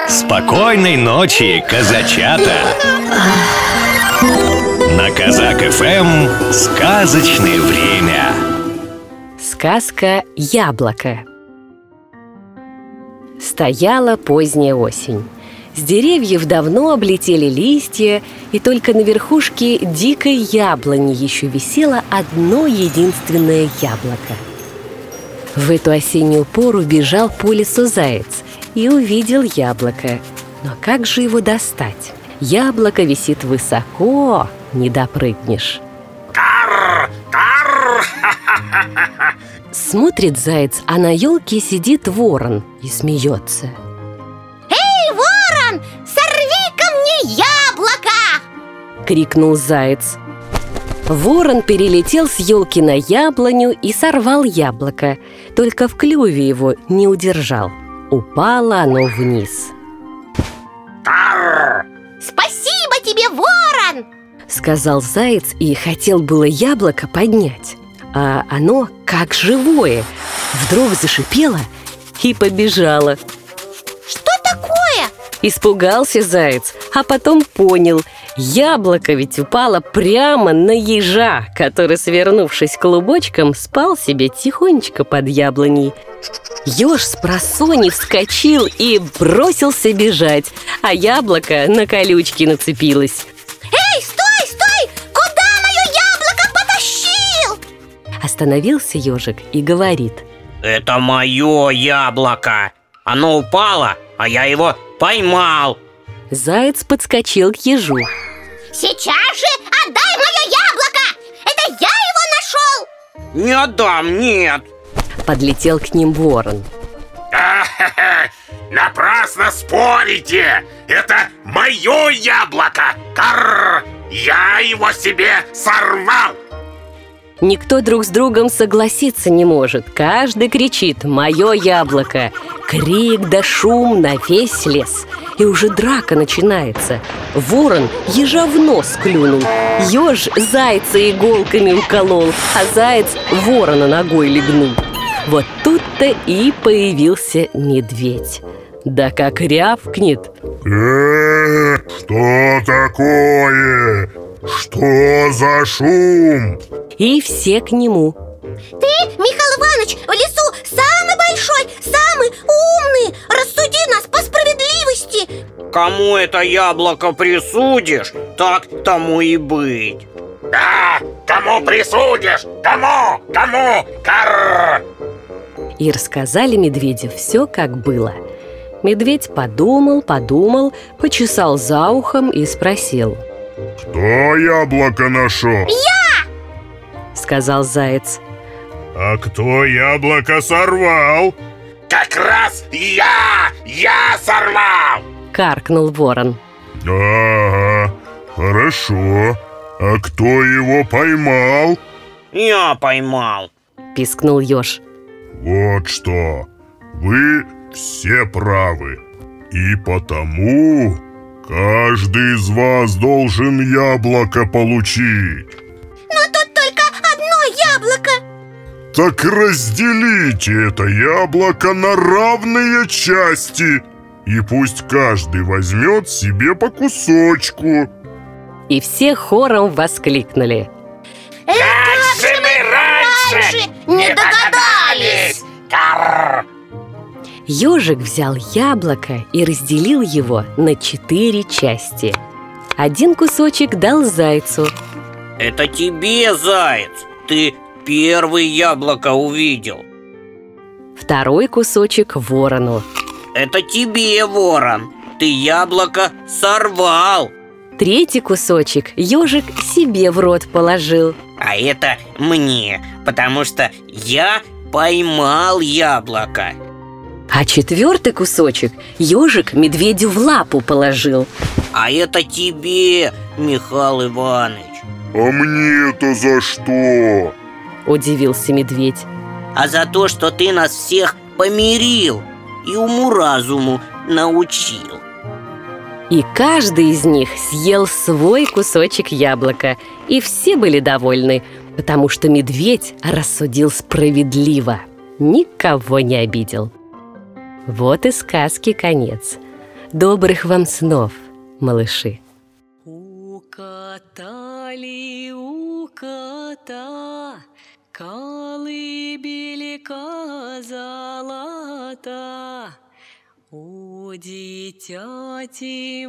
Спокойной ночи, казачата! На Казак ФМ сказочное время. Сказка «Яблоко». Стояла поздняя осень. С деревьев давно облетели листья, и только на верхушке дикой яблони еще висело одно единственное яблоко. В эту осеннюю пору бежал по лесу заяц и увидел яблоко. Но как же его достать? Яблоко висит высоко, не допрыгнешь. Карр! Карр! Смотрит заяц, а на елке сидит ворон и смеется. «Эй, ворон, сорви-ка мне яблоко!» — крикнул заяц. Ворон перелетел с елки на яблоню и сорвал яблоко. Только в клюве его не удержал. Упало оно вниз. Карр! «Спасибо тебе, ворон!» — сказал заяц и хотел было яблоко поднять. А оно, как живое, вдруг зашипело и побежало. «Что такое?» Испугался заяц, а потом понял. Яблоко ведь упало прямо на ежа, который, свернувшись клубочком, спал себе тихонечко под яблоней. Еж спросонья вскочил и бросился бежать, а яблоко на колючки нацепилось. «Эй, стой, стой! Куда мое яблоко потащил?» Остановился ежик и говорит: «Это мое яблоко! Оно упало, а я его поймал!» Заяц подскочил к ежу. «Сейчас же отдай мое яблоко! Это я его нашел!» «Не отдам, нет!» Подлетел к ним ворон. Напрасно спорите! Это мое яблоко! Карр! Я его себе сорвал! Никто друг с другом согласиться не может. Каждый кричит: «Мое яблоко!» Крик да шум на весь лес. И уже драка начинается. Ворон ежа в нос клюнул, еж зайца иголками уколол, а заяц ворона ногой легнул. Вот тут-то и появился медведь. Да как рявкнет: что такое? Что за шум?» И все к нему. Ты, Михаил Иванович, в лесу самый большой, самый умный. Рассуди нас по справедливости. Кому это яблоко присудишь, так тому и быть. Да, кому присудишь? Кому? Карр! И рассказали медведю все, как было. Медведь подумал, почесал за ухом и спросил: «Кто яблоко нашел?» Я! — сказал заяц. «А кто яблоко сорвал?» Как раз я сорвал! — каркнул ворон. «Ага, хорошо. А кто его поймал?» Я поймал. — пискнул еж. «Вот что, вы все правы. И потому каждый из вас должен яблоко получить». Но тут только одно яблоко. Так разделите это яблоко на равные части, и пусть каждый возьмет себе по кусочку. И все хором воскликнули: Как же мы раньше не догадались! Карр! Ежик взял яблоко и разделил его на 4 части. Один кусочек дал зайцу. Это тебе, заяц. Ты первый яблоко увидел. Второй кусочек ворону. Это тебе, ворон. Ты яблоко сорвал. Третий кусочек ежик себе в рот положил. А это мне, потому что я поймал яблоко. А четвертый кусочек ежик медведю в лапу положил. А это тебе, Михаил Иванович. «А мне-то за что?» — удивился медведь. А за то, что ты нас всех помирил и уму-разуму научил. И каждый из них съел свой кусочек яблока. И все были довольны, потому что медведь рассудил справедливо. Никого не обидел. Вот и сказки конец. Добрых вам снов, малыши. Укатали у кота колыбелька золота. У дитяти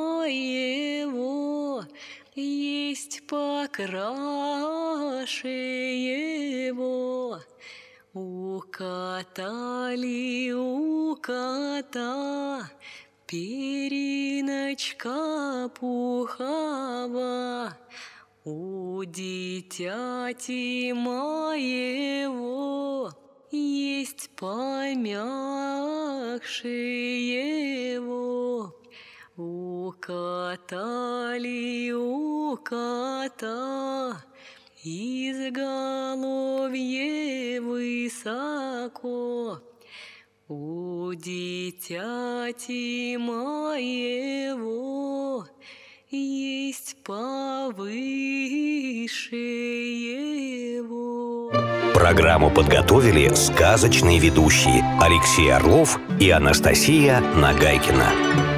моего есть покраше его. Укатали у кота периночка пухова. У дитяти моего есть помягче его. Укатали у кота изголовье высоко. У дитяти моего есть повыше его. Программу подготовили сказочные ведущие Алексей Орлов и Анастасия Нагайкина.